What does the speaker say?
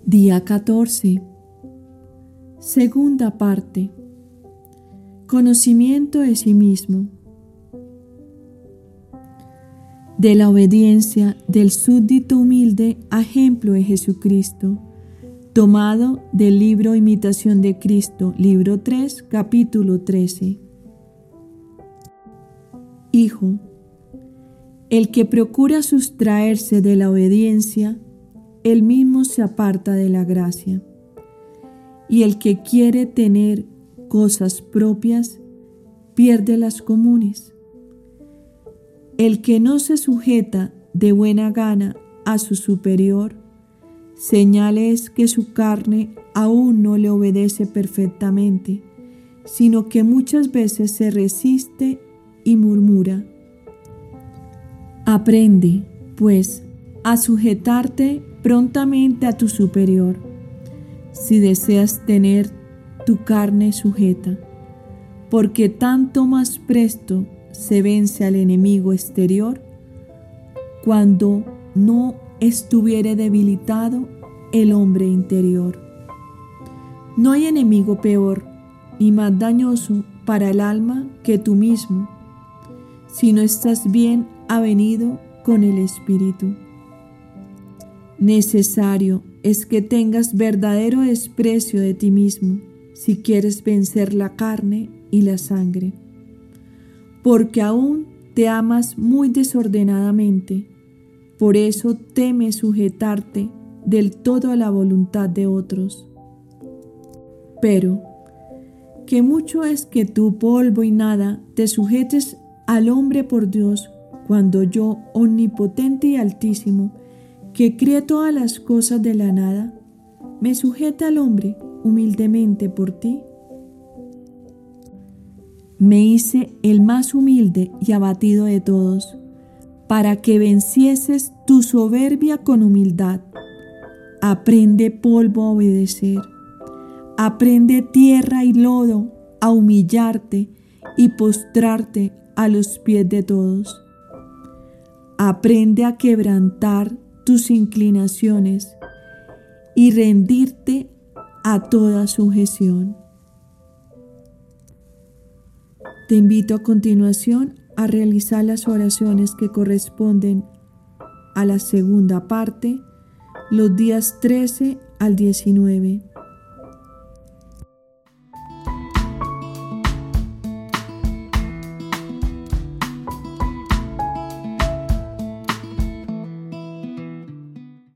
Día 14. Segunda parte. Conocimiento de sí mismo. De la obediencia del súbdito humilde a ejemplo de Jesucristo. Tomado del libro Imitación de Cristo, libro 3, capítulo 13. Hijo, el que procura sustraerse de la obediencia, él mismo se aparta de la gracia. Y el que quiere tener cosas propias, pierde las comunes. El que no se sujeta de buena gana a su superior, señal es que su carne aún no le obedece perfectamente, sino que muchas veces se resiste y murmura. Aprende, pues, a sujetarte prontamente a tu superior, si deseas tener tu carne sujeta, porque tanto más presto se vence al enemigo exterior cuando no estuviere debilitado el hombre interior. No hay enemigo peor ni más dañoso para el alma que tú mismo, si no estás bien avenido con el espíritu. Necesario es que tengas verdadero desprecio de ti mismo si quieres vencer la carne y la sangre, porque aún te amas muy desordenadamente, por eso temes sujetarte del todo a la voluntad de otros. Pero, que mucho es que tú, polvo y nada, te sujetes al hombre por Dios, cuando yo, omnipotente y altísimo, que crié todas las cosas de la nada, me sujeta al hombre humildemente por ti. Me hice el más humilde y abatido de todos, para que vencieses tu soberbia con humildad. Aprende, polvo, a obedecer. Aprende, tierra y lodo, a humillarte y postrarte a los pies de todos. Aprende a quebrantar tus inclinaciones y rendirte a toda sujeción. Te invito a continuación a realizar las oraciones que corresponden a la segunda parte, los días 13 al 19.